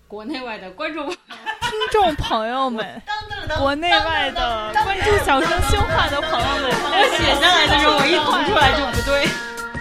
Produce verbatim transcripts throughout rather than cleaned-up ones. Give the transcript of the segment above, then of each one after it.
国内外的观众听众朋友们，国内外的关注小声凶话的朋友们， 我写下来的时候我一读出来就不对。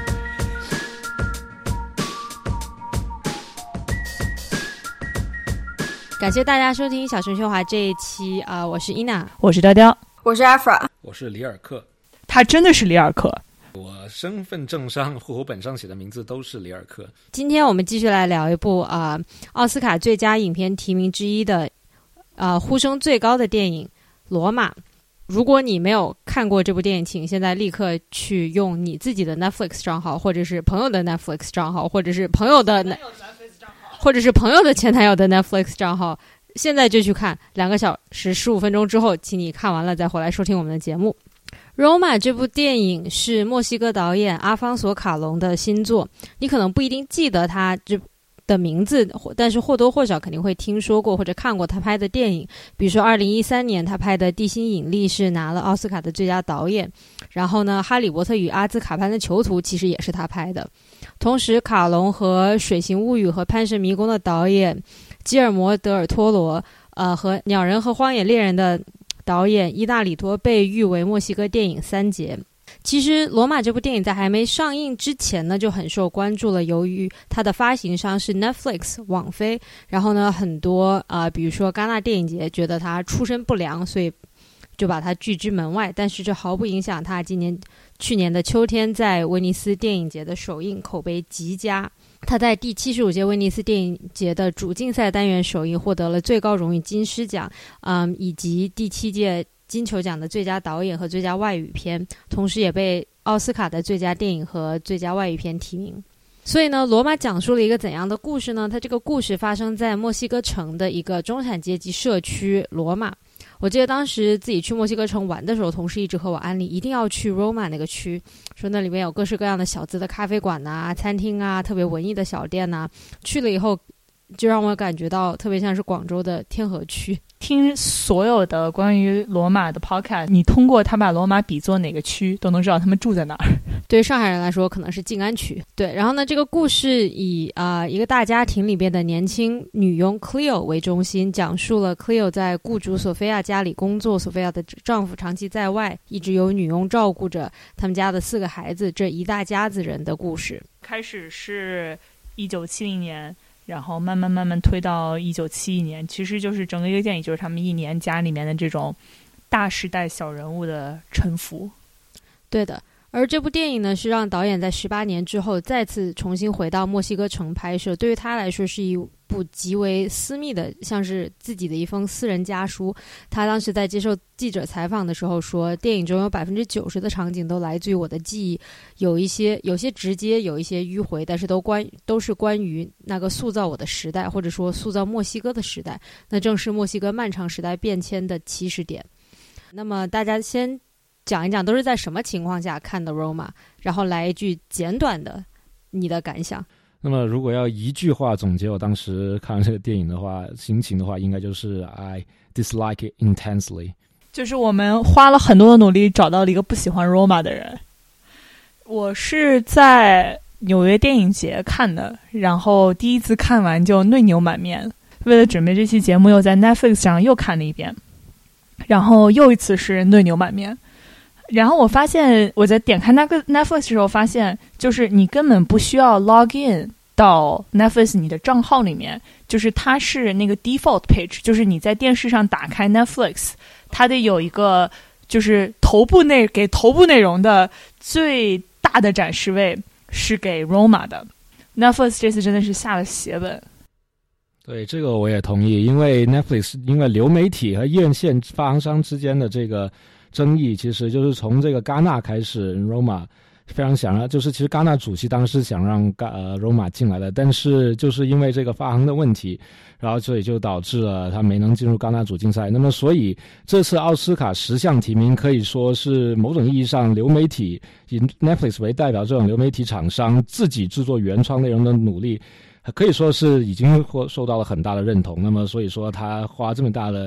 感谢大家收听小声喧哗这一期啊、呃，我是伊娜， 我是雕雕， 我是阿弗拉， 我是里尔克。 他真的是里尔克， 我身份证上户口本上写的名字都是里尔克。 今天我们继续来聊一部啊、呃、奥斯卡最佳影片提名之一的呃呼声最高的电影《罗马》。如果你没有看过这部电影，请现在立刻去用你自己的 Netflix 账号，或者是朋友的 Netflix 账号，或者是朋友的或者是朋友的前男友的 Netflix 账号，现在就去看。两个小时十五分钟之后，请你看完了再回来收听我们的节目。Roma 这部电影是墨西哥导演阿方索卡隆的新作，你可能不一定记得他这的名字，但是或多或少肯定会听说过或者看过他拍的电影。比如说二零一三年他拍的《地心引力》是拿了奥斯卡的最佳导演，然后呢，《哈利波特与阿兹卡班的囚徒》其实也是他拍的。同时卡隆和《水形物语》和《潘神迷宫》的导演基尔摩·德尔托罗呃，和《鸟人和荒野猎人》的导演伊纳里多被誉为墨西哥电影三杰。其实《罗马》这部电影在还没上映之前呢就很受关注了，由于它的发行商是 Netflix 网飞，然后呢很多呃，比如说戛纳电影节觉得它出身不良，所以就把它拒之门外。但是这毫不影响它今年去年的秋天在威尼斯电影节的首映口碑极佳。他在第七十五届威尼斯电影节的主竞赛单元首映获得了最高荣誉金狮奖，嗯，以及第七届金球奖的最佳导演和最佳外语片，同时也被奥斯卡的最佳电影和最佳外语片提名。所以呢，罗马讲述了一个怎样的故事呢？它这个故事发生在墨西哥城的一个中产阶级社区罗马。我记得当时自己去墨西哥城玩的时候，同事一直和我安利一定要去 Roma 那个区，说那里面有各式各样的小资的咖啡馆啊、餐厅啊、特别文艺的小店啊。去了以后就让我感觉到特别像是广州的天河区。 听所有的关于罗马的 podcast， 你通过他把罗马比作哪个区都能知道他们住在哪儿。 对上海人来说可能是静安区。对，然后呢这个故事以啊、呃、一个大家庭里边的年轻女佣 Cleo 为中心，讲述了 Cleo 在雇主索菲亚家里工作，索菲亚的丈夫长期在外，一直由女佣照顾着他们家的四个孩子，这一大家子人的故事。 开始是一九七零年，然后慢慢慢慢推到一九七一年，其实就是整个一个电影就是他们一年家里面的这种大时代小人物的沉浮。 对的，而这部电影呢是让导演在十八年之后再次重新回到墨西哥城拍摄，对于他来说是一部极为私密的，像是自己的一封私人家书。他当时在接受记者采访的时候说，电影中有百分之九十的场景都来自于我的记忆，有一些有些直接，有一些迂回，但是都关都是关于那个塑造我的时代，或者说塑造墨西哥的时代，那正是墨西哥漫长时代变迁的起始点。那么大家先讲一讲都是在什么情况下看的 Roma， 然后来一句简短的你的感想。 那么如果要一句话总结我当时看这个电影的话，心情的话，应该就是 I dislike it intensely。 就是我们花了很多的努力找到了一个不喜欢 Roma 的人。我是在纽约电影节看的，然后第一次看完就内牛满面，为了准备这期节目又在 Netflix 上又看了一遍，然后又一次是内牛满面。然后我发现我在点开那个 Netflix 的时候发现，就是你根本不需要 log in 到 Netflix 你的账号里面，就是它是那个 default page， 就是你在电视上打开 Netflix， 它得有一个就是头部内给头部内容的最大的展示位是给 Roma 的。 Netflix 这次真的是下了血本。 对，这个我也同意，因为 Netflix 因为流媒体和院线发行商之间的这个争议，其实就是从这个戛纳开始 Roma 非常想让，就是其实戛纳主席当时想让呃 Roma 进来的，但是就是因为这个发行的问题，然后所以就导致了他没能进入戛纳主竞赛。那么所以这次奥斯卡十项提名可以说是某种意义上流媒体以 Netflix 为代表这种流媒体厂商自己制作原创内容的努力，可以说是已经受到了很大的认同。那么所以说他花这么大的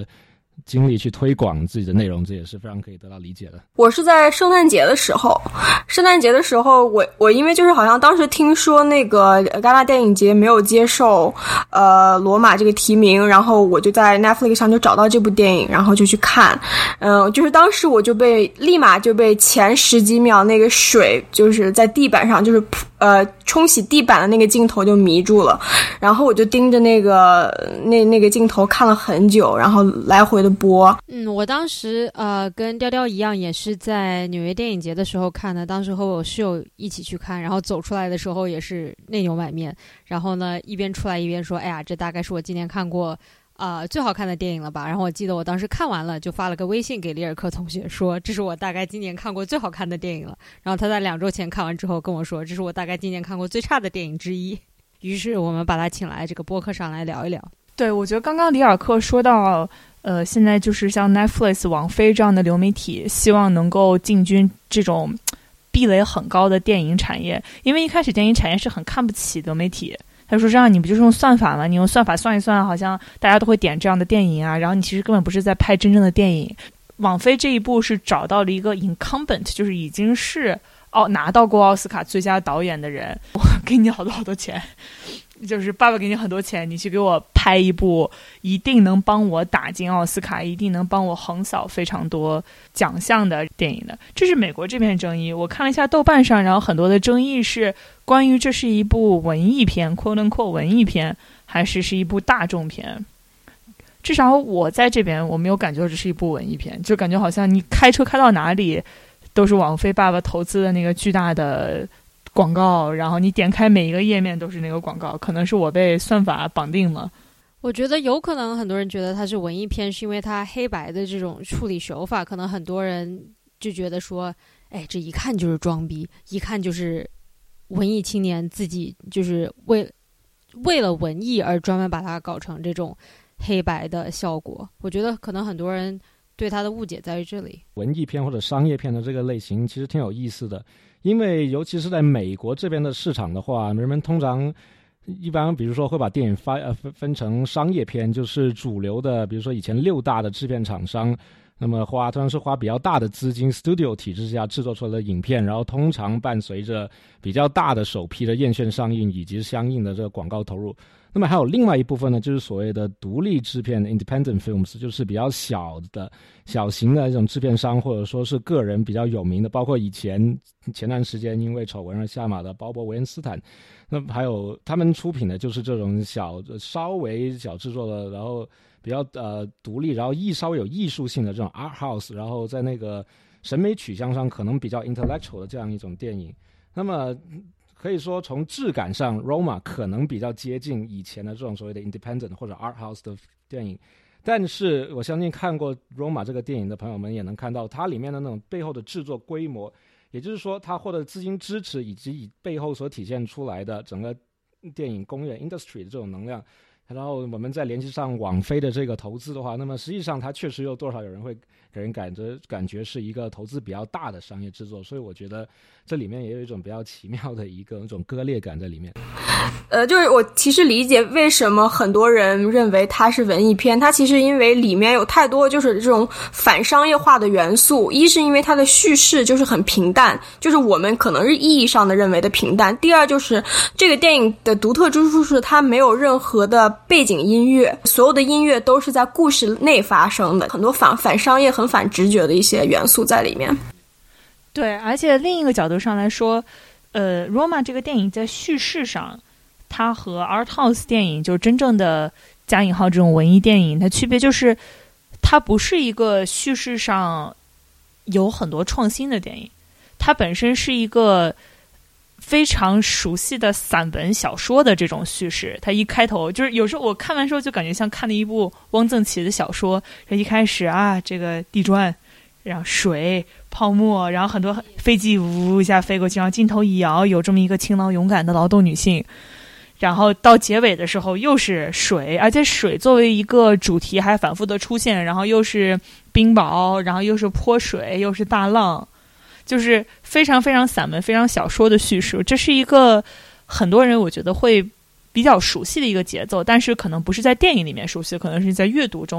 精力去推广自己的内容，这也是非常可以得到理解的。 我是在圣诞节的时候，圣诞节的时候，我我因为就是好像当时听说那个戛纳电影节没有接受呃罗马这个提名，然后我就在 Netflix 上就找到这部电影，然后就去看。嗯、呃，就是当时我就被立马就被前十几秒那个水就是在地板上就是呃冲洗地板的那个镜头就迷住了，然后我就盯着那个那那个镜头看了很久，然后来回的播。 嗯，我当时呃跟雕雕一样，也是在纽约电影节的时候看的。当时和我室友一起去看，然后走出来的时候也是内牛满面。然后呢，一边出来一边说：“哎呀，这大概是我今年看过呃最好看的电影了吧？”然后我记得我当时看完了，就发了个微信给里尔克同学说：“这是我大概今年看过最好看的电影了。”然后他在两周前看完之后跟我说：“这是我大概今年看过最差的电影之一。”于是我们把他请来这个播客上来聊一聊。 对，我觉得刚刚里尔克说到呃，现在就是像 Netflix、网飞这样的流媒体希望能够进军这种壁垒很高的电影产业，因为一开始电影产业是很看不起流媒体，他说这样你不就是用算法吗？你用算法算一算，好像大家都会点这样的电影啊，然后你其实根本不是在拍真正的电影。网飞这一步是找到了一个 incumbent， 就是已经是哦拿到过奥斯卡最佳导演的人，我给你好多好多钱，就是爸爸给你很多钱，你去给我拍一部一定能帮我打进奥斯卡，一定能帮我横扫非常多奖项的电影的。这是美国这边争议。我看了一下豆瓣上，然后很多的争议是关于这是一部文艺片 quote unquote 文艺片还是是一部大众片。至少我在这边我没有感觉这是一部文艺片，就感觉好像你开车开到哪里都是网飞爸爸投资的那个巨大的广告，然后你点开每一个页面都是那个广告，可能是我被算法绑定了。 我觉得有可能很多人觉得它是文艺片，是因为它黑白的这种处理手法，可能很多人就觉得说，哎，这一看就是装逼，一看就是文艺青年自己就是为为了文艺而专门把它搞成这种黑白的效果。我觉得可能很多人对它的误解在于这里。 文艺片或者商业片的这个类型其实挺有意思的，因为尤其是在美国这边的市场的话，人们通常一般比如说会把电影发呃分分成商业片，就是主流的比如说以前六大的制片厂商，那么花通常是花比较大的资金 studio 体制下制作出来的影片，然后通常伴随着比较大的首批的院线上映以及相应的这个广告投入。那么还有另外一部分呢，就是所谓的独立制片 independent films， 就是比较小的小型的这种制片商，或者说是个人比较有名的，包括以前前段时间因为丑闻而下马的鲍勃韦恩斯坦，那还有他们出品的就是这种小稍微小制作的，然后比较呃独立，然后艺稍微有艺术性的这种 art house， 然后在那个审美取向上可能比较 intellectual 的这样一种电影。那么可以说从质感上 Roma 可能比较接近以前的这种所谓的 independent 或者 art house 的电影，但是我相信看过 Roma 这个电影的朋友们也能看到它里面的那种背后的制作规模，也就是说它获得资金支持以及以背后所体现出来的整个电影工业 industry 的这种能量。然后我们再联系上网飞的这个投资的话，那么实际上它确实有多少有人会给人感觉感觉是一个投资比较大的商业制作，所以我觉得这里面也有一种比较奇妙的一个那种割裂感在里面。 呃，就是我其实理解为什么很多人认为它是文艺片，它其实因为里面有太多就是这种反商业化的元素。一是因为它的叙事就是很平淡，就是我们可能是意义上的认为的平淡。第二就是这个电影的独特之处是它没有任何的背景音乐，所有的音乐都是在故事内发生的，很多反反商业很反直觉的一些元素在里面。 对，而且另一个角度上来说，呃 Roma 这个电影在叙事上它和 art house 电影就真正的加引号这种文艺电影它区别就是它不是一个叙事上有很多创新的电影，它本身是一个非常熟悉的散文小说的这种叙事。它一开头就是有时候我看完之后就感觉像看了一部汪曾祺的小说，一开始啊这个地砖然后水泡沫，然后很多飞机呜一下飞过去，然后镜头一摇有这么一个勤劳勇敢的劳动女性，然后到结尾的时候又是水，而且水作为一个主题还反复的出现，然后又是冰雹，然后又是泼水，又是大浪，就是非常非常散文非常小说的叙述。这是一个很多人我觉得会比较熟悉的一个节奏，但是可能不是在电影里面熟悉，可能是在阅读中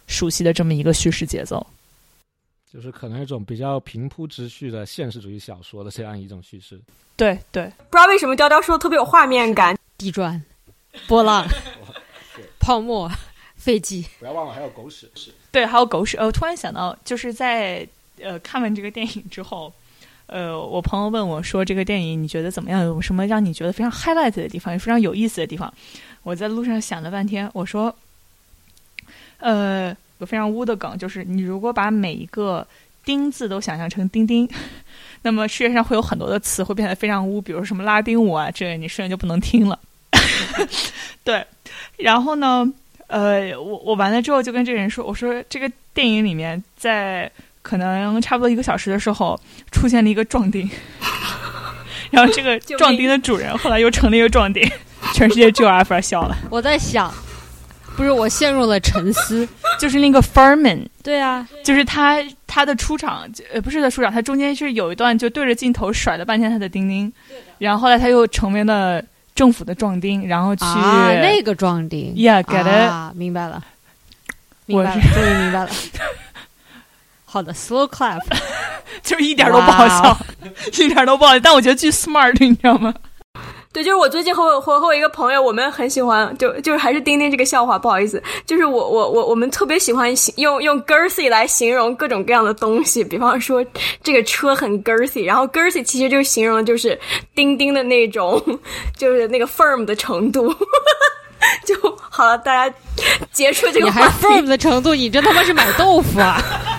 熟悉的这么一个叙事节奏。 就是可能一种比较平铺直叙的现实主义小说的这样一种叙事。 对对， 不知道为什么雕雕说特别有画面感， 地砖、波浪、泡沫、废气， 不要忘了还有狗屎。 对，还有狗屎。呃，我突然想到，就是在呃看完这个电影之后，呃，我朋友问我说：“这个电影你觉得怎么样？有什么让你觉得非常 highlight 的地方，非常有意思的地方？”我在路上想了半天，我说：“呃。”有非常污的梗，就是你如果把每一个丁字都想象成丁丁，那么世界上会有很多的词会变得非常污，比如什么拉丁舞啊，这个你瞬间就不能听了。对，然后呢，呃，我我完了之后就跟这个人说，我说这个电影里面在可能差不多一个小时的时候出现了一个壮丁，然后这个壮丁的主人后来又成了一个壮丁，全世界只有阿弗尔笑了。 我在想。不是，我陷入了沉思。 就是那个 Furman， 对啊， 就是他他的出场，呃，不是他出场，他中间是有一段就对着镜头甩了半天他的钉钉，然后后来他又成为了政府的壮丁，然后去啊那个壮丁 ，Yeah， get it， 啊，明白了，明白了，终于明白了。好的 ，slow clap， 就是一点都不好笑， wow. 一点都不好笑，但我觉得巨 smart， 你知道吗？ 对，就是我最近和我和和我一个朋友，我们很喜欢，就就是还是丁丁这个笑话，不好意思，就是我我我我们特别喜欢用用 girthy 来形容各种各样的东西，比方说这个车很 girthy， 然后 girthy 其实就形容的就是丁丁的那种，就是那个 firm 的程度。就好了，大家结束这个话题。 你还 firm 的程度，你这他妈是买豆腐啊？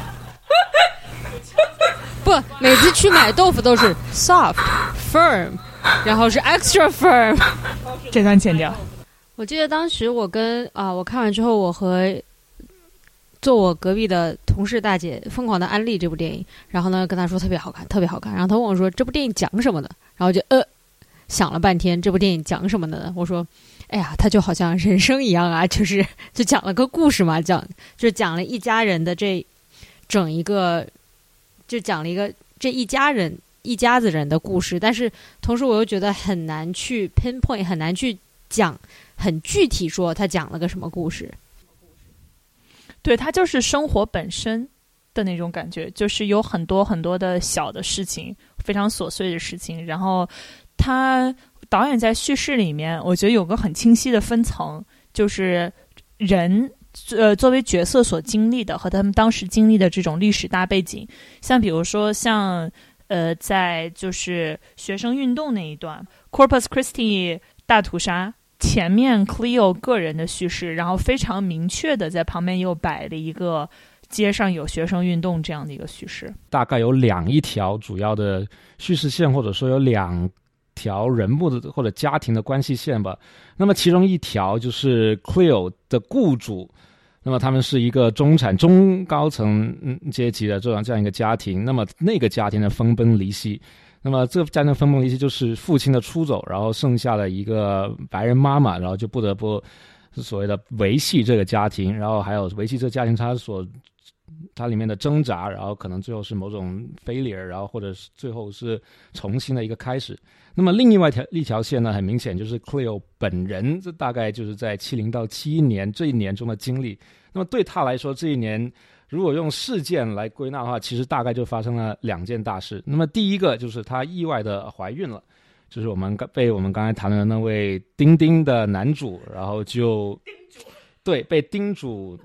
不，每次去买豆腐都是 soft firm。然后是 extra firm， 这段剪掉。 我记得当时我跟啊、呃，我看完之后，我和坐我隔壁的同事大姐疯狂的安利这部电影，然后呢跟她说特别好看，特别好看。然后她问我说这部电影讲什么的，然后就呃想了半天，这部电影讲什么的呢？我说，哎呀，它就好像人生一样啊，就是就讲了个故事嘛，讲就讲了一家人的这整一个，就讲了一个这一家人。一家子人的故事，但是同时我又觉得很难去 pinpoint， 很难去讲很具体说他讲了个什么故事。 对，他就是生活本身的那种感觉，就是有很多很多的小的事情，非常琐碎的事情，然后他导演在叙事里面我觉得有个很清晰的分层，就是人呃，作为角色所经历的和他们当时经历的这种历史大背景，像比如说像呃，在就是学生运动那一段 Corpus Christi 大屠杀前面 Cleo 个人的叙事，然后非常明确的在旁边又摆了一个街上有学生运动这样的一个叙事， 大概有两一条主要的叙事线，或者说有两条人物的或者家庭的关系线吧。那么其中一条就是 Cleo 的雇主，那么他们是一个中产中高层阶级的这样这样一个家庭，那么那个家庭的分崩离析，那么这个家庭的分崩离析就是父亲的出走，然后剩下了一个白人妈妈，然后就不得不所谓的维系这个家庭，然后还有维系这个家庭他所它里面的挣扎，然后可能最后是某种 failure， 然后或者是最后是重新的一个开始。那么另外一条一条线呢，很明显就是 Cleo 本人，这大概就是在七零到七一年这一年中的经历。那么对他来说，这一年如果用事件来归纳的话，其实大概就发生了两件大事。那么第一个就是她意外的怀孕了，就是我们被我们刚才谈论的那位丁丁的男主，然后就对被叮嘱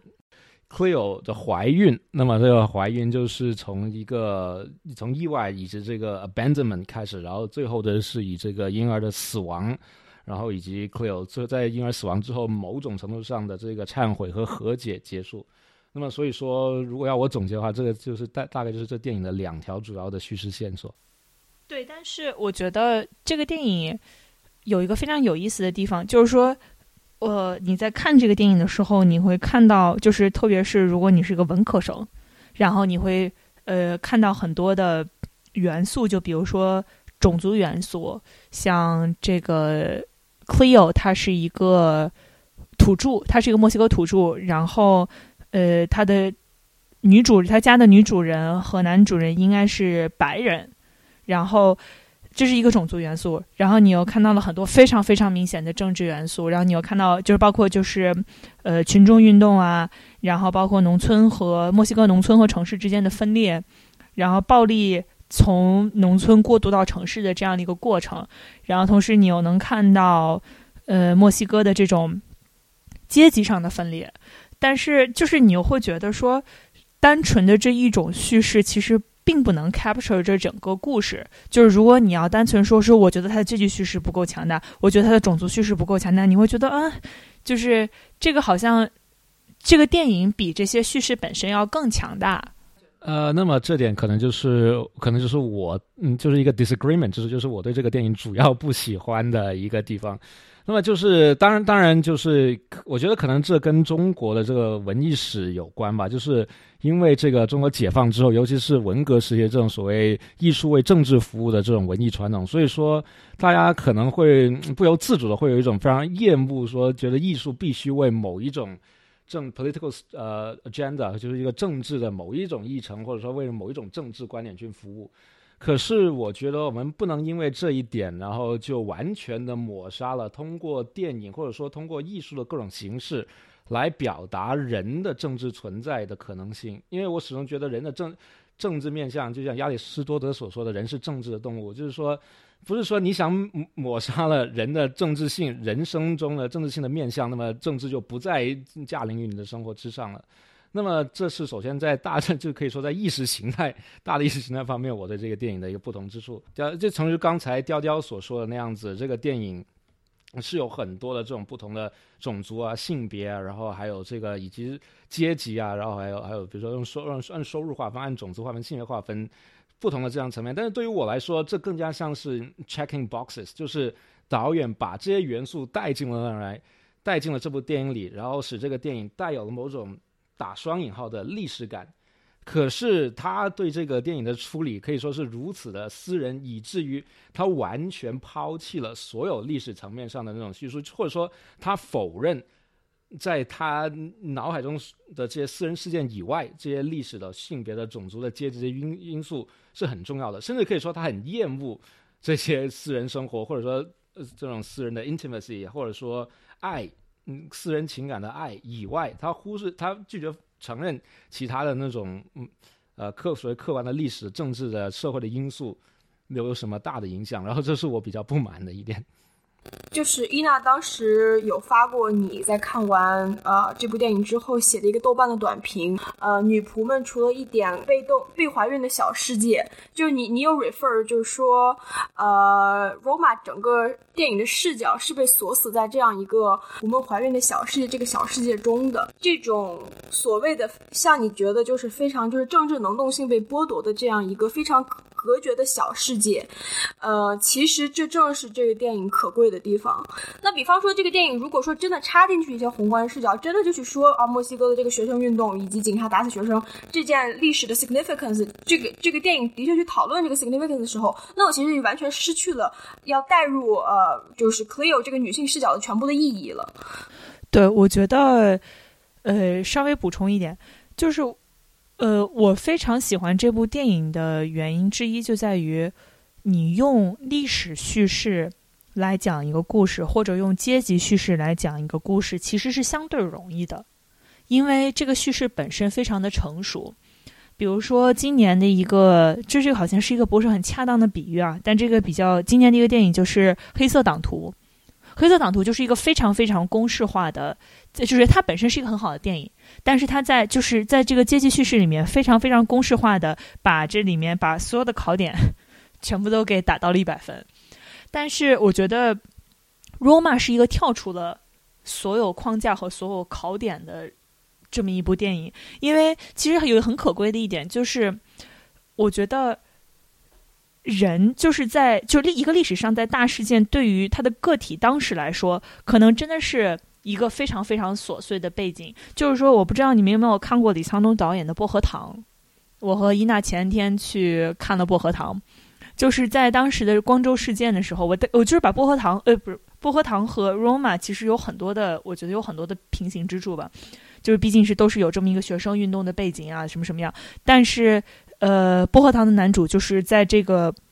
Cleo 的怀孕。那么这个怀孕就是从一个从意外以及这个 abandonment 开始，然后最后的是以这个婴儿的死亡，然后以及 Cleo 在婴儿死亡之后某种程度上的这个忏悔和和解结束。那么所以说如果要我总结的话，这个就是大大概就是这电影的两条主要的叙事线索。 对，但是我觉得这个电影有一个非常有意思的地方，就是说呃，你在看这个电影的时候，你会看到，就是特别是如果你是个文科生，然后你会呃看到很多的元素，就比如说种族元素，像这个 Cleo 他是一个土著，他是一个墨西哥土著，然后呃他的女主他家的女主人和男主人应该是白人，然后这是一个种族元素，然后你又看到了很多非常非常明显的政治元素，然后你又看到就是包括就是呃群众运动啊，然后包括农村和墨西哥农村和城市之间的分裂，然后暴力从农村过渡到城市的这样的一个过程，然后同时你又能看到呃墨西哥的这种阶级上的分裂，但是就是你又会觉得说单纯的这一种叙事其实并不能 capture 这整个故事，就是如果你要单纯说是我觉得它的阶级叙事不够强大，我觉得它的种族叙事不够强大，你会觉得啊，就是这个好像这个电影比这些叙事本身要更强大。 呃，那么这点可能就是可能就是我嗯，就是一个 disagreement， 就是就是我对这个电影主要不喜欢的一个地方。那么就是当然当然就是我觉得可能这跟中国的这个文艺史有关吧，就是因为这个中国解放之后，尤其是文革时期这种所谓艺术为政治服务的这种文艺传统，所以说大家可能会不由自主的会有一种非常厌恶，说觉得艺术必须为某一种政 political 呃 agenda， 就是一个政治的某一种议程，或者说为了某一种政治观点去服务。可是我觉得我们不能因为这一点，然后就完全的抹杀了通过电影或者说通过艺术的各种形式来表达人的政治存在的可能性。因为我始终觉得人的政政治面向，就像亚里士多德所说的，人是政治的动物，就是说不是说你想抹杀了人的政治性，人生中的政治性的面向，那么政治就不再驾临于你的生活之上了。那么这是首先在大就可以说在意识形态大的意识形态方面，我对这个电影的一个不同之处。就诚如刚才雕雕所说的那样子，这个电影是有很多的这种不同的种族啊、性别啊，然后还有这个以及阶级啊，然后还有还有比如说用收按按收入划分、按种族划分、性别划分不同的这样层面。但是对于我来说，这更加像是 checking boxes， 就是导演把这些元素带进了来，带进了这部电影里，然后使这个电影带有了某种打双引号的历史感。可是他对这个电影的处理可以说是如此的私人，以至于他完全抛弃了所有历史层面上的那种叙述，或者说他否认在他脑海中的这些私人事件以外，这些历史的、性别的、种族的、阶级的因因素是很重要的，甚至可以说他很厌恶这些私人生活，或者说、呃、这种私人的 intimacy， 或者说爱嗯，私人情感的爱以外，他忽视他拒绝承认其他的那种嗯呃客所谓客观的历史、政治的、社会的因素没有什么大的影响，然后这是我比较不满的一点。 就是伊娜当时有发过你在看完呃这部电影之后写的一个豆瓣的短评，呃女仆们除了一点被动被怀孕的小世界，就是你你有 refer 就是说呃 Roma 整个电影的视角是被锁死在这样一个我们怀孕的小世界这个小世界中的，这种所谓的像你觉得就是非常就是政治能动性被剥夺的这样一个非常隔绝的小世界，呃其实这正是这个电影可贵的地方。那比方说这个电影如果说真的插进去一些宏观视角，真的就去说啊墨西哥的这个学生运动以及警察打死学生这件历史的 significance， 这个这个电影的确去讨论这个 significance 的时候，那我其实完全失去了要带入呃就是 Cleo 这个女性视角的全部的意义了。 对，我觉得呃稍微补充一点，就是呃我非常喜欢这部电影的原因之一就在于你用历史叙事来讲一个故事，或者用阶级叙事来讲一个故事，其实是相对容易的，因为这个叙事本身非常的成熟。比如说今年的一个，这这个好像是一个不是很恰当的比喻啊，但这个比较今年的一个电影就是《黑色党徒》。黑色党徒就是一个非常非常公式化的，就是它本身是一个很好的电影，但是它在就是在这个阶级叙事里面非常非常公式化的把这里面把所有的考点全部都给打到了一百分。但是我觉得 Roma 是一个跳出了所有框架和所有考点的这么一部电影，因为其实有一个很可贵的一点，就是我觉得人就是在就一个历史上在大事件对于他的个体当时来说，可能真的是一个非常非常琐碎的背景。就是说我不知道你们有没有看过李沧东导演的《薄荷糖》，我和伊娜前天去看了《薄荷糖》，就是在当时的光州事件的时候，我我就是把薄荷糖呃不是薄荷糖和 Roma 其实有很多的，我觉得有很多的平行之处吧，就是毕竟是都是有这么一个学生运动的背景啊什么什么样，但是呃薄荷糖的男主就是在这个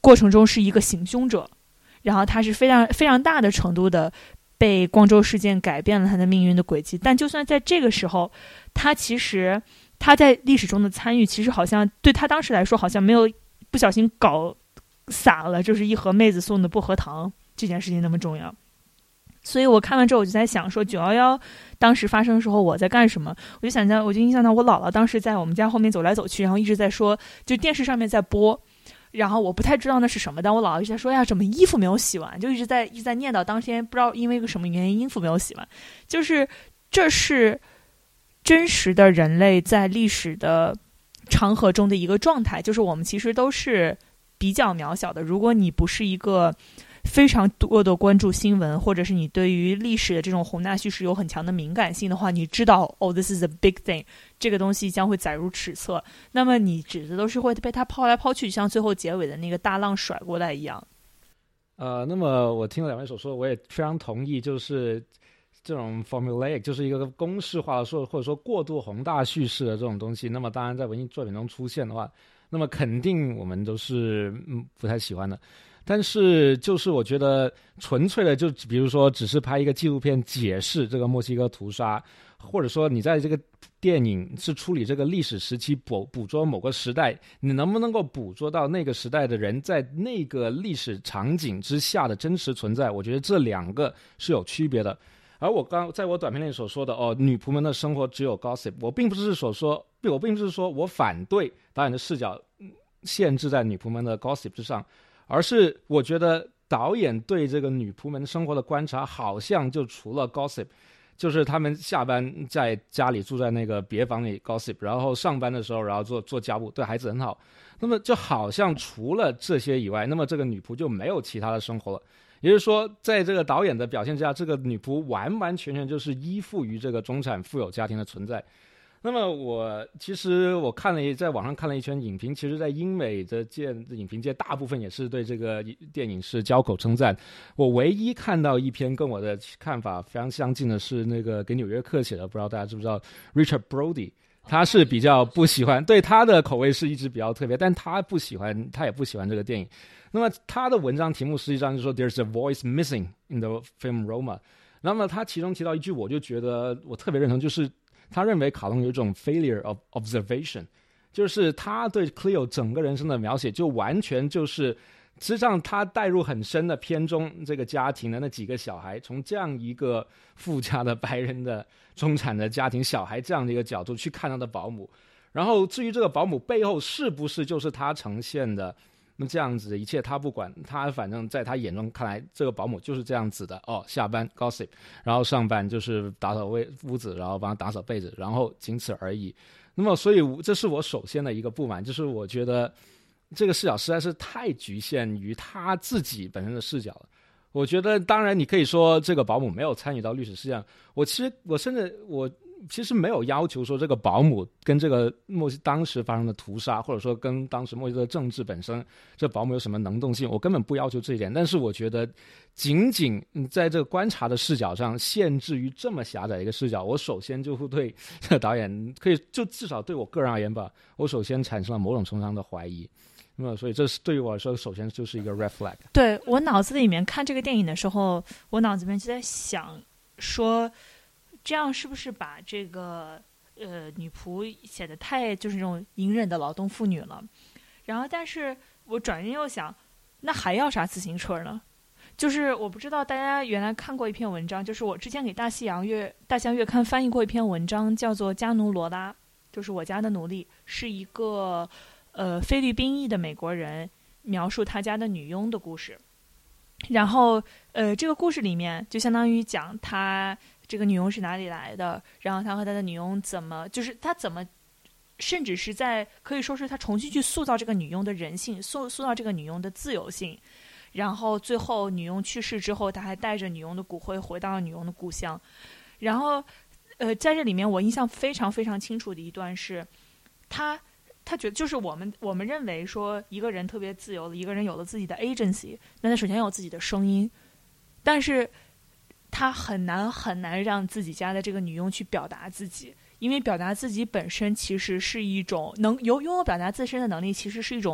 过程中是一个行凶者，然后他是非常非常大的程度的被光州事件改变了他的命运的轨迹。但就算在这个时候，他其实他在历史中的参与，其实好像对他当时来说好像没有不小心搞洒了就是一盒妹子送的薄荷糖这件事情那么重要。所以我看完之后我就在想说九一一当时发生的时候我在干什么，我就想到我就印象到我姥姥当时在我们家后面走来走去，然后一直在说，就电视上面在播，然后我不太知道那是什么，但我姥姥一直在说呀怎么衣服没有洗完，就一直在一直在念叨当天不知道因为一个什么原因衣服没有洗完。就是这是真实的人类在历史的长河中的一个状态，就是我们其实都是比较渺小的。如果你不是一个非常多的关注新闻，或者是你对于历史的这种宏大叙事有很强的敏感性的话，你知道哦 this is a big thing， 这个东西将会载入史册，那么你指的都是会被它抛来抛去，像最后结尾的那个大浪甩过来一样。 呃，那么我听了两位所说，我也非常同意，就是这种 formulaic 就是一个公式化的说，或者说过度宏大叙事的这种东西，那么当然在文艺作品中出现的话，那么肯定我们都是嗯不太喜欢的。但是就是我觉得纯粹的就比如说只是拍一个纪录片解释这个墨西哥屠杀，或者说你在这个电影是处理这个历史时期捕捕捉某个时代，你能不能够捕捉到那个时代的人在那个历史场景之下的真实存在，我觉得这两个是有区别的。而我刚在我短片里所说的哦，女仆们的生活只有 gossip， 我并不是所说我并不是说我反对导演的视角限制在女仆们的 gossip 之上，而是我觉得导演对这个女仆们生活的观察好像就除了 gossip， 就是他们下班在家里住在那个别房里 gossip， 然后上班的时候然后做做家务，对孩子很好，那么就好像除了这些以外，那么这个女仆就没有其他的生活了。也就是说在这个导演的表现之下，这个女仆完完全全就是依附于这个中产富有家庭的存在。那么我其实我看了在网上看了一圈影评，其实在英美的界影评界大部分也是对这个电影是交口称赞。我唯一看到一篇跟我的看法非常相近的是那个给纽约客写的，不知道大家知不知道 Richard Brody， 他是比较不喜欢，对他的口味是一直比较特别，但他不喜欢他也不喜欢这个电影。那么他的文章题目实际上就是说 There's a voice missing in the film Roma， 那么他其中提到一句我就觉得我特别认同，就是他认为卡隆有一种 failure of observation， 就是他对 Cleo 整个人生的描写就完全就是实际上他带入很深的片中这个家庭的那几个小孩，从这样一个富家的白人的中产的家庭小孩这样的一个角度去看他的保姆，然后至于这个保姆背后是不是就是他呈现的那这样子的一切他不管，他反正在他眼中看来这个保姆就是这样子的哦，下班 gossip， 然后上班就是打扫屋子，然后帮他打扫被子，然后仅此而已。那么所以这是我首先的一个不满，就是我觉得这个视角实在是太局限于他自己本身的视角了。我觉得当然你可以说这个保姆没有参与到历史事件，我其实我甚至我其实没有要求说这个保姆跟这个墨西当时发生的屠杀，或者说跟当时墨西哥的政治本身这保姆有什么能动性，我根本不要求这一点。但是我觉得仅仅在这个观察的视角上限制于这么狭窄的一个视角，我首先就会对这个导演可以就至少对我个人而言吧，我首先产生了某种程度上的怀疑。那么所以这是对于我来说首先就是一个 red flag。 对，我脑子里面看这个电影的时候，我脑子里面就在想说这样是不是把这个呃女仆写得太就是那种隐忍的劳动妇女了，然后但是我转念又想那还要啥自行车呢？就是我不知道大家原来看过一篇文章，就是我之前给大西洋月大西洋月刊翻译过一篇文章，叫做加奴罗拉，就是我家的奴隶，是一个呃菲律宾裔的美国人描述他家的女佣的故事。然后呃这个故事里面就相当于讲他这个女佣是哪里来的，然后他和他的女佣怎么就是他怎么甚至是在可以说是他重新去塑造这个女佣的人性，塑塑造这个女佣的自由性，然后最后女佣去世之后他还带着女佣的骨灰回到了女佣的故乡。然后呃在这里面我印象非常非常清楚的一段是他他觉得就是我们我们认为说一个人特别自由了，一个人有了自己的 agency， 那他首先有自己的声音，但是他很难很难让自己家的这个女佣去表达自己，因为表达自己本身其实是一种能有拥有表达自身的能力，其实是一种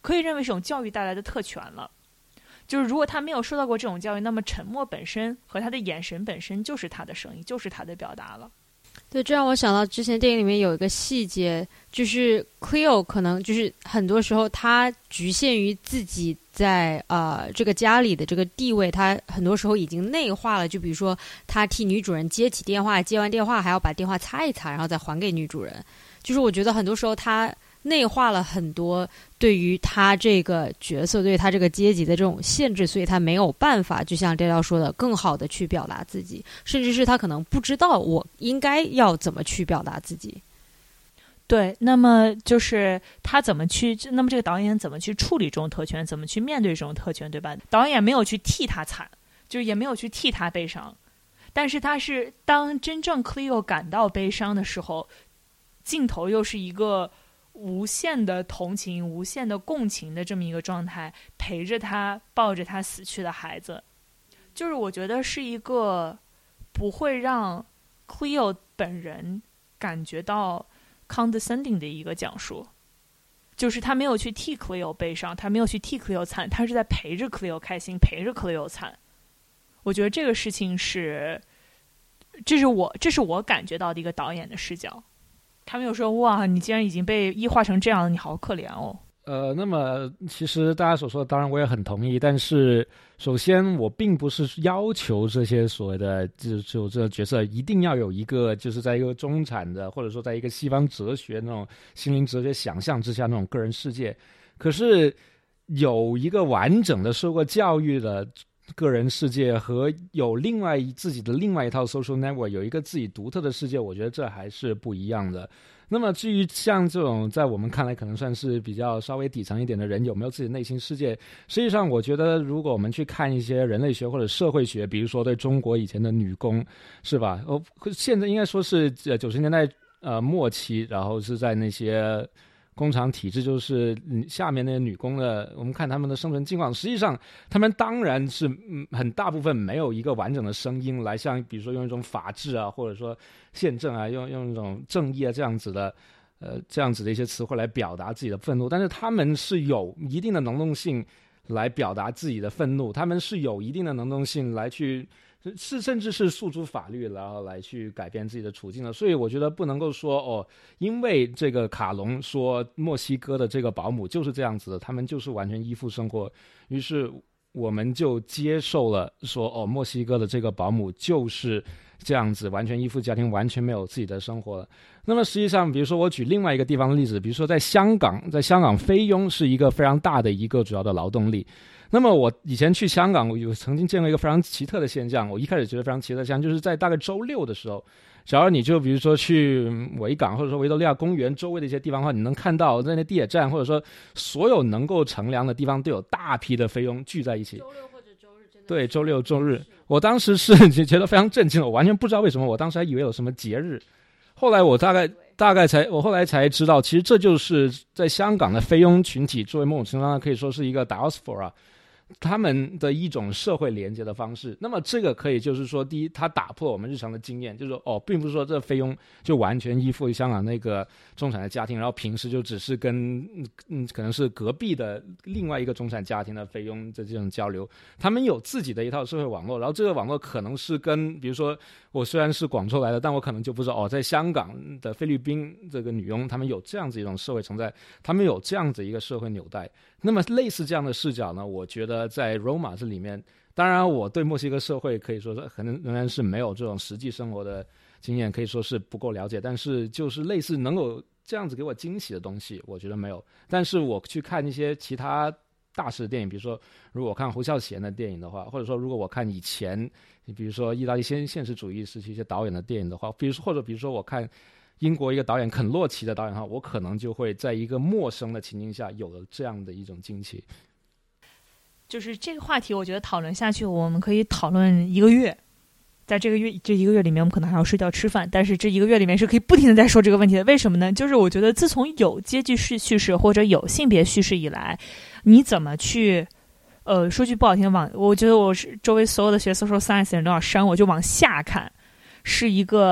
可以认为是一种教育带来的特权了。就是如果他没有受到过这种教育，那么沉默本身和他的眼神本身就是他的声音，就是他的表达了。 对，这让我想到之前电影里面有一个细节，就是 Cleo 可能就是很多时候他局限于自己在呃这个家里的这个地位，他很多时候已经内化了。就比如说他替女主人接起电话，接完电话还要把电话擦一擦，然后再还给女主人。就是我觉得很多时候他内化了很多对于他这个角色，对于他这个阶级的这种限制，所以他没有办法就像这条说的更好的去表达自己，甚至是他可能不知道我应该要怎么去表达自己。 对，那么就是他怎么去，那么这个导演怎么去处理这种特权，怎么去面对这种特权，对吧？导演没有去替他惨，就是也没有去替他悲伤，但是他是当真正 Cleo 感到悲伤的时候，镜头又是一个无限的同情、无限的共情的这么一个状态，陪着他，抱着他死去的孩子。就是我觉得是一个不会让 Cleo 本人感觉到 condescending 的一个讲述，就是他没有去替 Cleo 悲伤，他没有去替 Cleo 惨，他是在陪着 Cleo 开心，陪着 Cleo 惨。我觉得这个事情是，这是我这是我感觉到的一个导演的视角。他没有说哇，你既然已经被异化成这样了，你好可怜哦。 呃，那么其实大家所说的，当然我也很同意。但是首先，我并不是要求这些所谓的就就这个角色一定要有一个，就是在一个中产的，或者说在一个西方哲学那种心灵哲学想象之下那种个人世界。可是有一个完整的受过教育的个人世界和有另外自己的另外一套 social network， 有一个自己独特的世界，我觉得这还是不一样的。那么至于像这种在我们看来可能算是比较稍微底层一点的人有没有自己的内心世界，实际上我觉得如果我们去看一些人类学或者社会学，比如说对中国以前的女工，是吧？哦，现在应该说是呃九十年代呃末期，然后是在那些工厂体制，就是下面那些女工的，我们看他们的生存境况，实际上他们当然是很大部分没有一个完整的声音来像比如说用一种法治啊，或者说宪政啊，用用一种正义啊这样子的呃这样子的一些词汇来表达自己的愤怒，但是他们是有一定的能动性来表达自己的愤怒，他们是有一定的能动性来去是甚至是诉诸法律，然后来去改变自己的处境的。所以我觉得不能够说哦，因为这个卡隆说墨西哥的这个保姆就是这样子的，他们就是完全依附生活，于是我们就接受了说哦，墨西哥的这个保姆就是这样子，完全依附家庭，完全没有自己的生活了。那么实际上比如说我举另外一个地方的例子，比如说在香港，在香港菲佣是一个非常大的一个主要的劳动力。那么我以前去香港，我有曾经见过一个非常奇特的现象，我一开始觉得非常奇特的现象，就是在大概周六的时候，假如你就比如说去维港或者说维多利亚公园周围的一些地方的话，你能看到在那地铁站或者说所有能够乘凉的地方都有大批的菲佣聚在一起。 周六或者周日真的对，周六周日，我当时是觉得非常震惊的，我完全不知道为什么，我当时还以为有什么节日，后来我大概大概才我后来才知道，其实这就是在香港的菲佣群体作为某种程度上可以说是一个 diaspora，他们的一种社会连接的方式。那么这个可以就是说，第一，它打破我们日常的经验，就是说哦，并不是说这菲佣就完全依附于香港那个中产的家庭，然后平时就只是跟嗯可能是隔壁的另外一个中产家庭的菲佣的这种交流，他们有自己的一套社会网络，然后这个网络可能是跟比如说我虽然是广州来的，但我可能就不知道哦，在香港的菲律宾这个女佣，他们有这样子一种社会存在，他们有这样子一个社会纽带。那么类似这样的视角呢，我觉得在 Roma 这里面，当然我对墨西哥社会可以说是可能仍然是没有这种实际生活的经验，可以说是不够了解，但是就是类似能够这样子给我惊喜的东西，我觉得没有。但是我去看一些其他大师的电影，比如说如果我看胡孝贤的电影的话，或者说如果我看以前比如说意大利现现实主义时期一些导演的电影的话，比如说或者比如说我看英国一个导演肯洛奇的导演的话，我可能就会在一个陌生的情境下有了这样的一种惊奇。 就是这个话题我觉得讨论下去我们可以讨论一个月，在这个月这一个月里面我们可能还要睡觉吃饭，但是这一个月里面是可以不停的在说这个问题的。为什么呢？就是我觉得自从有阶级叙事或者有性别叙事以来，你怎么去呃说句不好听的，往我觉得我是周围所有的学 social science 的人都要删我，就往下看是一个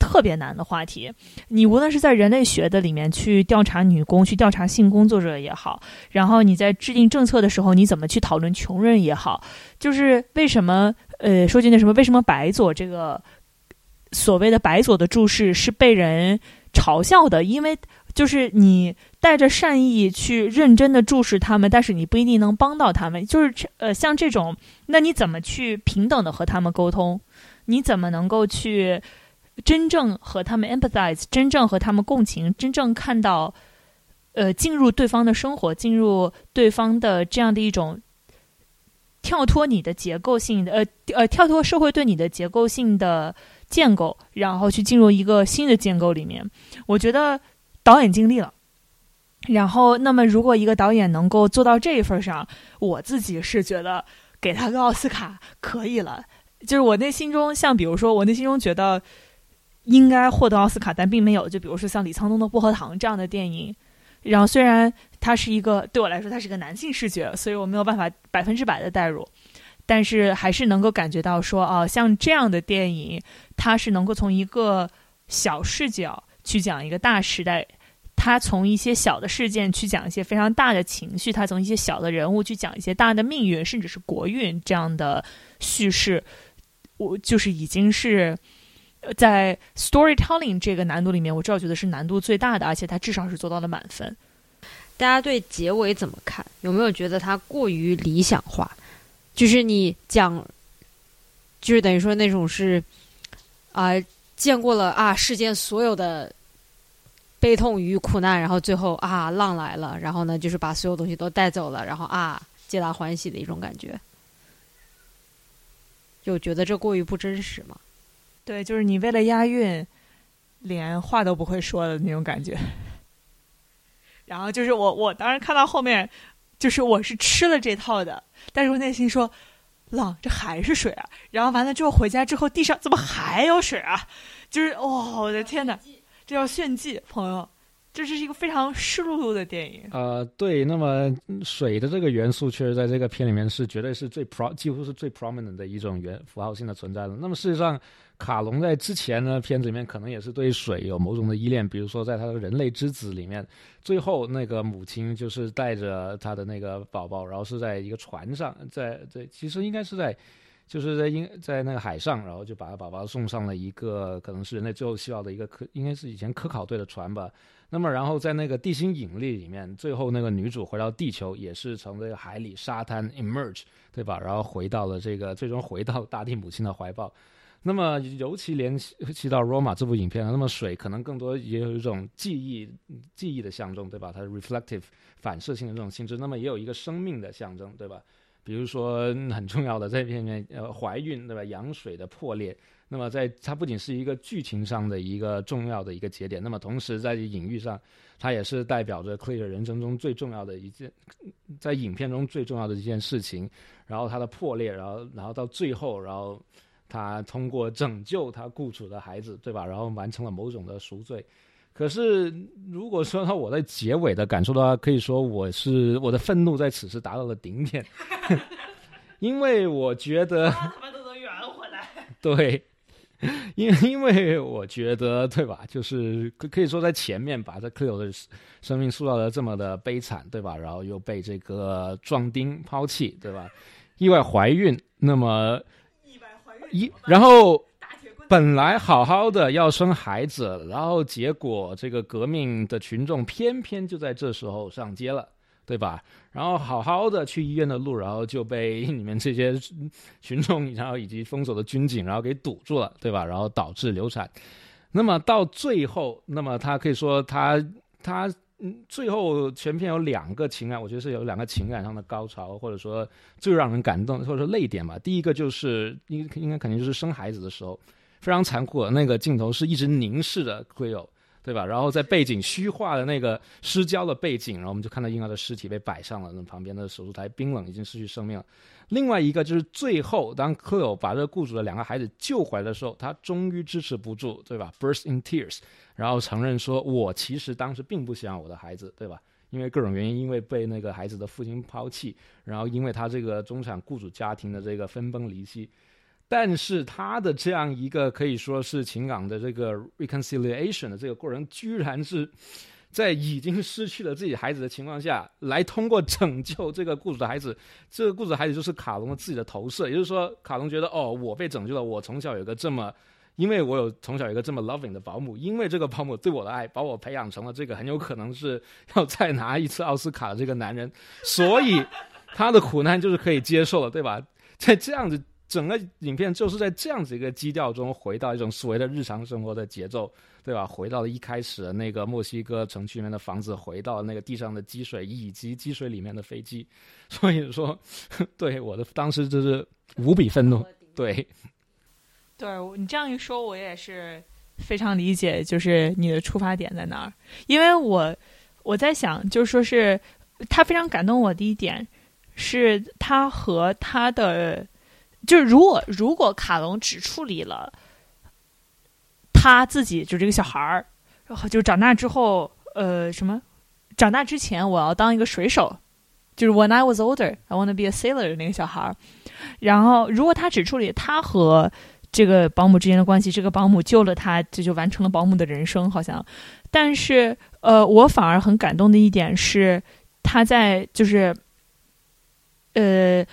特别难的话题。你无论是在人类学的里面去调查女工，去调查性工作者也好，然后你在制定政策的时候，你怎么去讨论穷人也好，就是为什么呃，说句那什么，为什么白左这个所谓的白左的注释是被人嘲笑的？因为就是你带着善意去认真的注视他们，但是你不一定能帮到他们。就是呃，像这种，那你怎么去平等的和他们沟通？你怎么能够去真正和他们 empathize， 真正和他们共情，真正看到呃进入对方的生活，进入对方的这样的一种跳脱你的结构性的呃呃跳脱社会对你的结构性的建构，然后去进入一个新的建构里面。我觉得导演尽力了。然后那么如果一个导演能够做到这一份上，我自己是觉得给他个奥斯卡可以了。就是我内心中，像比如说我内心中觉得应该获得奥斯卡但并没有，就比如说像李沧东的薄荷糖这样的电影，然后虽然它是一个对我来说它是个男性视觉，所以我没有办法百分之百的代入，但是还是能够感觉到说啊，像这样的电影它是能够从一个小视角去讲一个大时代，他从一些小的事件去讲一些非常大的情绪，他从一些小的人物去讲一些大的命运，甚至是国运这样的叙事，我就是已经是在 storytelling 这个难度里面，我至少觉得是难度最大的，而且他至少是做到了满分。 大家对结尾怎么看？有没有觉得它过于理想化？就是你讲，就是等于说那种是啊、呃，见过了啊世间所有的悲痛与苦难，然后最后啊浪来了，然后呢就是把所有东西都带走了，然后啊皆大欢喜的一种感觉。就觉得这过于不真实吗？ 对，就是你为了押韵连话都不会说的那种感觉。然后就是我我当时看到后面，就是我是吃了这套的，但是我内心说浪这还是水啊，然后完了之后回家之后地上怎么还有水啊，就是哦我的天哪，这叫炫技，朋友，这是一个非常湿漉漉的电影。 呃，对，那么水的这个元素确实在这个片里面是绝对是最 pro 几乎是最 prominent 的一种元符号性的存在了。那么事实上卡隆在之前呢片子里面可能也是对水有某种的依恋，比如说在他的人类之子里面，最后那个母亲就是带着他的那个宝宝，然后是在一个船上，在在其实应该是在就是在英在那个海上，然后就把宝宝送上了一个可能是人类最后需要的一个科，应该是以前科考队的船吧。那么然后在那个地心引力里面，最后那个女主回到地球也是从这个海里沙滩 emerge， 对吧，然后回到了这个最终回到大地母亲的怀抱。那么尤其联系到 Roma 这部影片，那么水可能更多也有一种记忆记忆的象征，对吧，它 reflective 反射性的这种性质，那么也有一个生命的象征，对吧，比如说很重要的这片里面呃怀孕，对吧，羊水的破裂，那么在它不仅是一个剧情上的一个重要的一个节点，那么同时在隐喻上它也是代表着 Clear 人生中最重要的一件，在影片中最重要的一件事情，然后它的破裂，然后然后到最后，然后他通过拯救他雇主的孩子，对吧，然后完成了某种的赎罪。可是如果说到我在结尾的感受的话，可以说我是我的愤怒在此时达到了顶点因为我觉得他们都能圆回来。 对，因为因为我觉得，对吧，就是可以说在前面把这 Cleo 的生命塑造的这么的悲惨，对吧，然后又被这个壮丁抛弃，对吧，意外怀孕，那么一然后本来好好的要生孩子，然后结果这个革命的群众偏偏就在这时候上街了，对吧，然后好好的去医院的路，然后就被你们这些群众然后以及封锁的军警然后给堵住了，对吧，然后导致流产。那么到最后，那么他可以说他他嗯，最后全片有两个情感，我觉得是有两个情感上的高潮，或者说最让人感动或者说泪点吧。第一个就是应应该肯定就是生孩子的时候，非常残酷的那个镜头是一直凝视着 Cleo， 对吧，然后在背景虚化的那个失焦的背景，然后我们就看到婴儿的尸体被摆上了，那旁边的手术台冰冷，已经失去生命了。另外一个就是最后当 Cleo 把这个雇主的两个孩子救回来的时候，他终于支持不住，对吧， burst in tears， 然后承认说我其实当时并不喜欢我的孩子，对吧，因为各种原因，因为被那个孩子的父亲抛弃，然后因为他这个中产雇主家庭的这个分崩离析。 但是他的这样一个可以说是情感的这个 reconciliation 的这个过程，居然是在已经失去了自己孩子的情况下，来通过拯救这个雇主的孩子。这个雇主的孩子就是卡隆的自己的投射，也就是说卡隆觉得哦，我被拯救了，我从小有一个这么因为我有从小有一个这么 loving 的保姆，因为这个保姆对我的爱把我培养成了这个很有可能是要再拿一次奥斯卡的这个男人，所以他的苦难就是可以接受了，对吧？在这样子整个影片就是在这样子一个基调中回到一种所谓的日常生活的节奏，对吧？回到了一开始的那个墨西哥城区里面的房子，回到了那个地上的积水以及积水里面的飞机。所以说对我的当时就是无比愤怒。对对，你这样一说我也是非常理解，就是你的出发点在哪儿。因为我我在想，就是说是他非常感动我的一点是他和他的就是如果如果卡隆只处理了他自己就这个小孩儿，然后就长大之后呃什么长大之前我要当一个水手，就是 When I was older I want to be a sailor 那个小孩，然后如果他只处理他和这个保姆之间的关系，这个保姆救了他，这就完成了保姆的人生好像。但是呃我反而很感动的一点是他在就是呃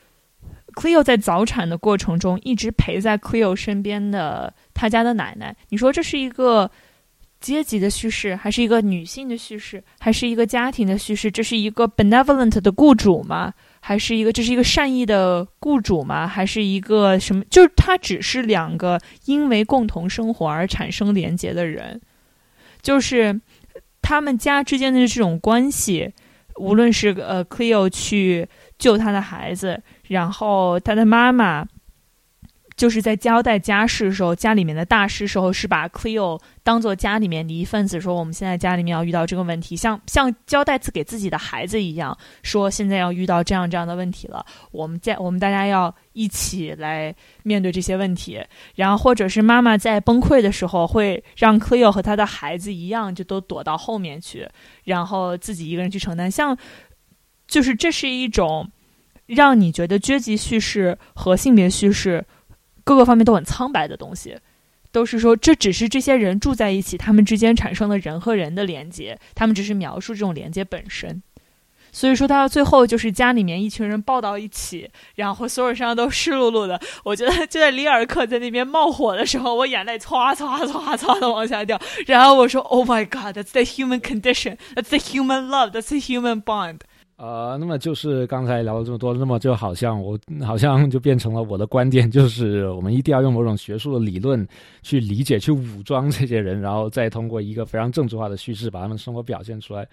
Cleo 在早产的过程中一直陪在 Cleo 身边的他家的奶奶，你说这是一个阶级的叙事，还是一个女性的叙事，还是一个家庭的叙事？这是一个 benevolent 的雇主吗？还是一个这是一个善意的雇主吗？还是一个什么？就是他只是两个因为共同生活而产生连结的人，就是他们家之间的这种关系，无论是呃 Cleo 去救他的孩子，然后他的妈妈就是在交代家事的时候，家里面的大事时候是把 Cleo 当做家里面的一份子，说我们现在家里面要遇到这个问题，像像交代给自己的孩子一样，说现在要遇到这样这样的问题了，我们家我们大家要一起来面对这些问题。然后或者是妈妈在崩溃的时候会让 Cleo 和他的孩子一样就都躲到后面去，然后自己一个人去承担。像就是这是一种让你觉得阶级叙事和性别叙事各个方面都很苍白的东西，都是说这只是这些人住在一起，他们之间产生了人和人的连接，他们只是描述这种连接本身。所以说到最后就是家里面一群人抱到一起，然后所有身上都湿漉漉的。我觉得就在里尔克在那边冒火的时候，我眼泪唰唰唰唰的往下掉，然后我说 Oh my God, that's the human condition, that's the human love, that's the human bond。 呃，那么就是刚才聊了这么多，那么就好像我好像就变成了我的观点，就是我们一定要用某种学术的理论去理解、去武装这些人，然后再通过一个非常政治化的叙事把他们生活表现出来。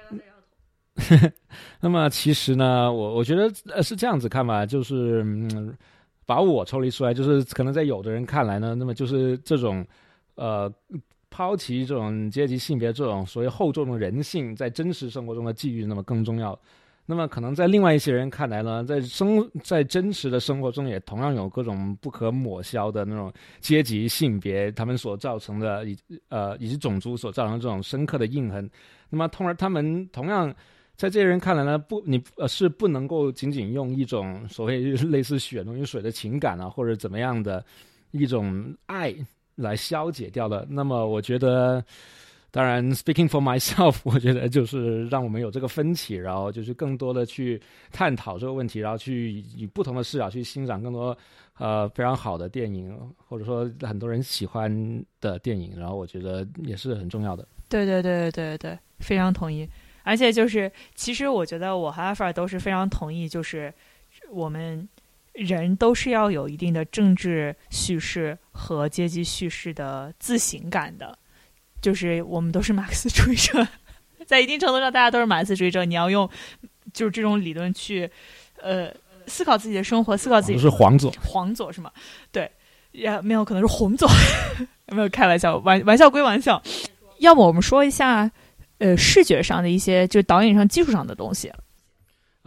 那么其实呢，我我觉得呃是这样子看吧，就是嗯，把我抽离出来，就是可能在有的人看来呢，那么就是这种呃。抛弃这种阶级性别这种所谓厚重的人性在真实生活中的际遇那么更重要。那么可能在另外一些人看来呢，在生在真实的生活中也同样有各种不可抹消的那种阶级性别他们所造成的以呃以及种族所造成的这种深刻的印痕。那么同而他们同样在这些人看来呢，不你呃是不能够仅仅用一种所谓类似血浓于水的情感啊，或者怎么样的一种爱来消解掉的。那么我觉得当然 speaking for myself 我觉得就是让我们有这个分歧，然后就是更多的去探讨这个问题，然后去以不同的视角去欣赏更多呃非常好的电影，或者说很多人喜欢的电影，然后我觉得也是很重要的。 对对对对对对，非常同意。而且就是其实我觉得我和阿法都是非常同意，就是我们人都是要有一定的政治叙事和阶级叙事的自省感的，就是我们都是马克思主义者，在一定程度上大家都是马克思主义者，你要用就是这种理论去呃思考自己的生活，思考自己。 不是黄左， 黄左是吗？对，也没有可能是红左，没有开玩笑，玩玩笑归玩笑。要么我们说一下呃视觉上的一些就导演上技术上的东西。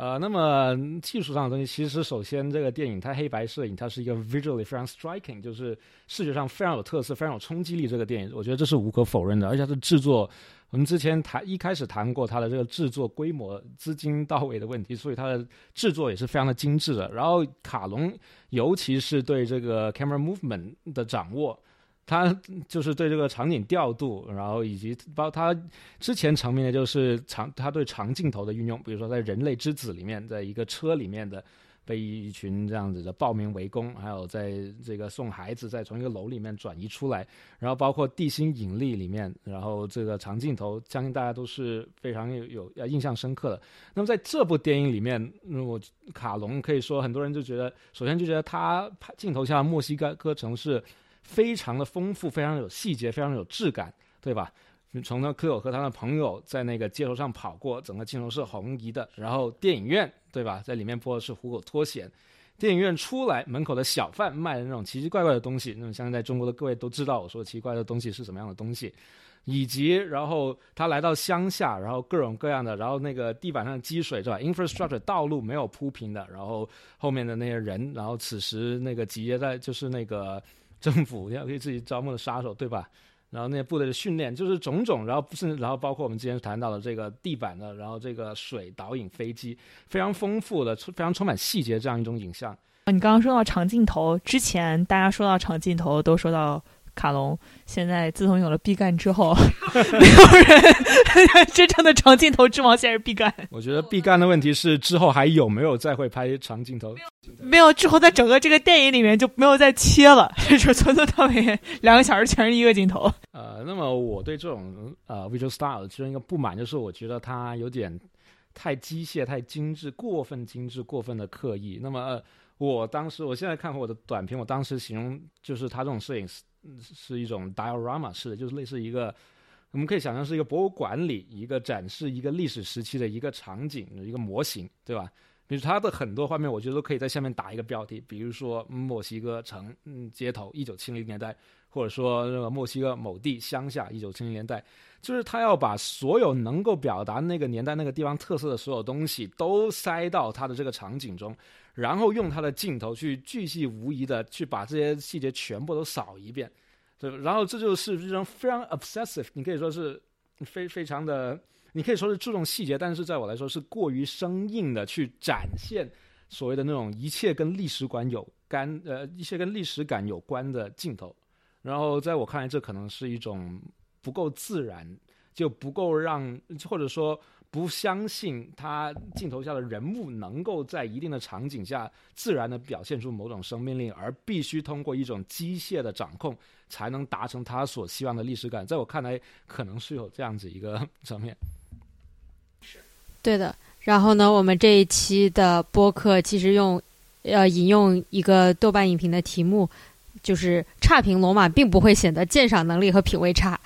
呃，那么技术上的东西，其实首先这个电影它黑白摄影，它是一个 visually 非常 striking， 就是视觉上非常有特色、非常有冲击力。这个电影，我觉得这是无可否认的。而且它的制作，我们之前谈一开始谈过它的这个制作规模、资金到位的问题，所以它的制作也是非常的精致的。然后卡隆，尤其是对这个 camera movement 的掌握。他就是对这个场景调度，然后以及包括他之前成名的就是长他对长镜头的运用，比如说在《人类之子》里面，在一个车里面的被一群这样子的暴民围攻，还有在这个送孩子再从一个楼里面转移出来，然后包括《地心引力》里面，然后这个长镜头，相信大家都是非常有有印象深刻的。那么在这部电影里面，嗯、我卡隆可以说很多人就觉得，首先就觉得他镜头下的墨西哥城市非常的丰富，非常有细节，非常有质感，对吧？从那科友和他的朋友在那个街头上跑过，整个镜头是红移的，然后电影院，对吧，在里面播的是虎口脱险，电影院出来门口的小贩卖的那种奇奇怪怪的东西，那么相信在中国的各位都知道我说的奇怪的东西是什么样的东西，以及然后他来到乡下，然后各种各样的，然后那个地板上的积水，对吧 infrastructure 道路没有铺平的，然后后面的那些人，然后此时那个集结在就是那个政府要可以自己招募的杀手，对吧？然后那些部队的训练，就是种种，然后甚至然后包括我们之前谈到的这个地板的，然后这个水导引飞机，非常丰富的、非常充满细节这样一种影像。 你刚刚说到长镜头，之前大家说到长镜头都说到卡隆，现在自从有了毕赣之后，没有人真正的长镜头之王现在是毕赣。 我觉得毕赣的问题是之后还有没有再会拍长镜头？ 没有，之后在整个这个电影里面就没有再切了，就是从头到尾两个小时全是一个镜头。 呃，那么我对这种呃 visual style 其中一个不满就是，我觉得它有点太机械、太精致、过分精致、过分的刻意。那么、呃、我当时，我现在看我的短片，我当时形容就是它这种摄影是是一种 diorama 式的，就是类似一个。我们可以想象是一个博物馆里一个展示一个历史时期的一个场景一个模型，对吧？比如它的很多画面，我觉得都可以在下面打一个标题，比如说墨西哥城、嗯、街头一九七零年代，或者说那个墨西哥某地乡下一九七零年代，就是他要把所有能够表达那个年代那个地方特色的所有东西都塞到他的这个场景中，然后用他的镜头去巨细无遗的去把这些细节全部都扫一遍。对，然后这就是这种非常 obsessive， 你可以说是非非常的，你可以说是注重细节，但是在我来说是过于生硬的去展现所谓的那种一切跟历史感有干呃一切跟历史感有关的镜头。然后在我看来，这可能是一种不够自然，就不够让，或者说不相信他镜头下的人物能够在一定的场景下自然的表现出某种生命力，而必须通过一种机械的掌控才能达成他所希望的历史感。在我看来，可能是有这样子一个层面。 是对的。然后呢，我们这一期的播客其实用呃引用一个豆瓣影评的题目，就是差评罗马并不会显得鉴赏能力和品味差。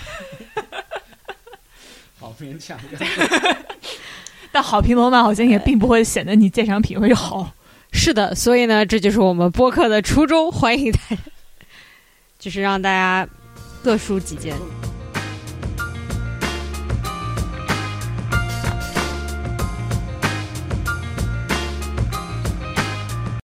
好勉强但好评罗马好像也并不会显得你鉴赏品味好。 是的，所以呢，这就是我们播客的初衷，欢迎大家，就是让大家各抒己见。